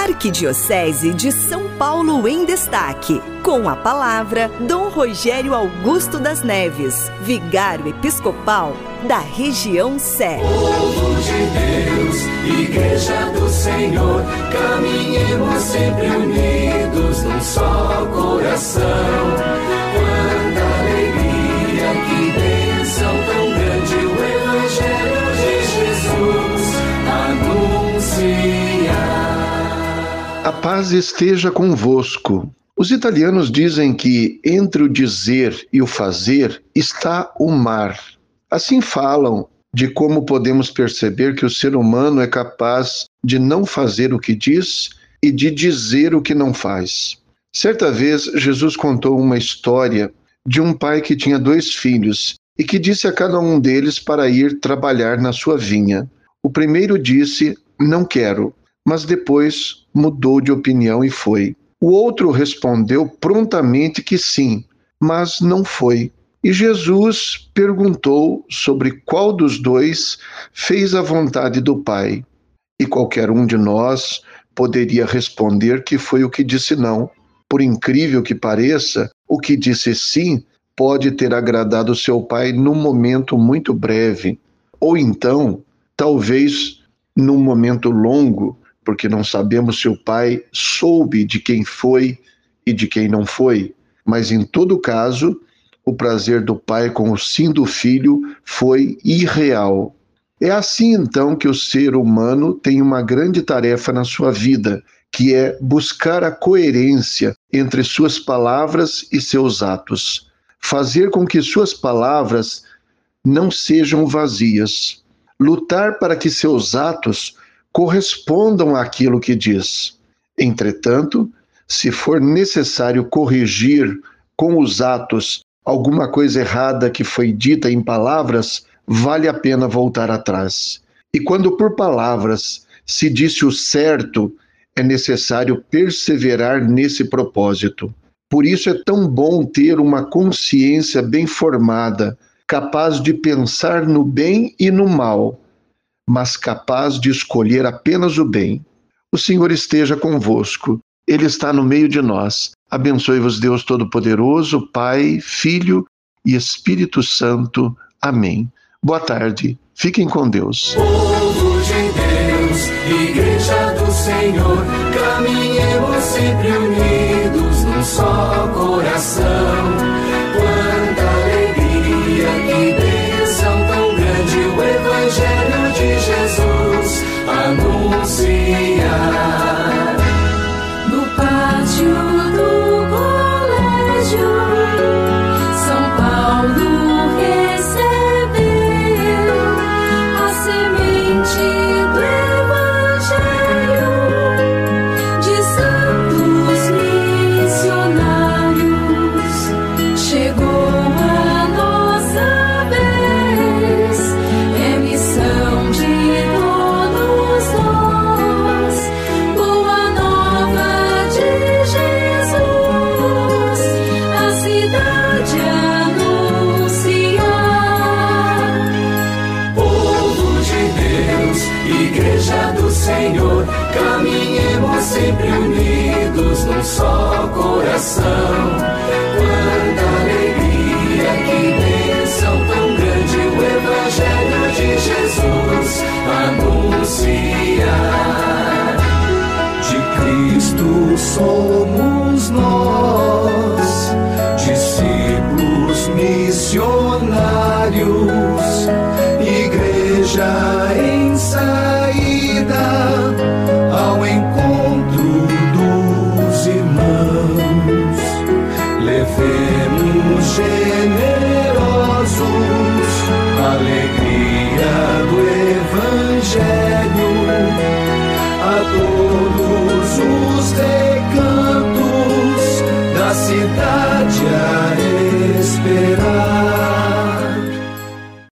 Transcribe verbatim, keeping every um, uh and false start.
Arquidiocese de São Paulo em Destaque. Com a palavra, Dom Rogério Augusto das Neves, vigário episcopal da região Sé. Povo de Deus, Igreja do Senhor, caminhemos sempre unidos num só coração. Quanta alegria, que bênção tão grande o Evangelho de Jesus anuncia. A paz esteja convosco. Os italianos dizem que entre o dizer e o fazer está o mar. Assim falam de como podemos perceber que o ser humano é capaz de não fazer o que diz e de dizer o que não faz. Certa vez, Jesus contou uma história de um pai que tinha dois filhos e que disse a cada um deles para ir trabalhar na sua vinha. O primeiro disse, não quero, mas depois mudou de opinião e foi. O outro respondeu prontamente que sim, mas não foi. E Jesus perguntou sobre qual dos dois fez a vontade do Pai. E qualquer um de nós poderia responder que foi o que disse não. Por incrível que pareça, o que disse sim pode ter agradado seu Pai num momento muito breve. Ou então, talvez num momento longo, porque não sabemos se o Pai soube de quem foi e de quem não foi. Mas em todo caso, o prazer do Pai com o sim do Filho foi irreal. É assim então que o ser humano tem uma grande tarefa na sua vida, que é buscar a coerência entre suas palavras e seus atos. Fazer com que suas palavras não sejam vazias. Lutar para que seus atos correspondam àquilo que diz. Entretanto, se for necessário corrigir com os atos alguma coisa errada que foi dita em palavras, vale a pena voltar atrás. E quando por palavras se disse o certo, é necessário perseverar nesse propósito. Por isso é tão bom ter uma consciência bem formada, capaz de pensar no bem e no mal, mas capaz de escolher apenas o bem. O Senhor esteja convosco. Ele está no meio de nós. Abençoe-vos Deus Todo-Poderoso, Pai, Filho e Espírito Santo. Amém. Boa tarde. Fiquem com Deus. Povo de Deus, Igreja do Senhor, caminhemos sempre unidos num só coração. Quanta alegria, que bênção tão grande o Evangelho de Jesus anuncia. No pátio do colégio, São Paulo recebeu a semente do Evangelho de santos missionários. Chegou a nossa vez, é missão de todos nós. Boa nova de Jesus, a cidade anunciar. Povo de Deus, Igreja do Senhor, caminhemos sempre unidos num só coração. Quanta alegria, que bênção tão grande o Evangelho de Jesus anuncia. De Cristo somos nós, discípulos missionários, Igreja em saída ao encontro dos irmãos. Levemos generosos a alegria do Evangelho a todos os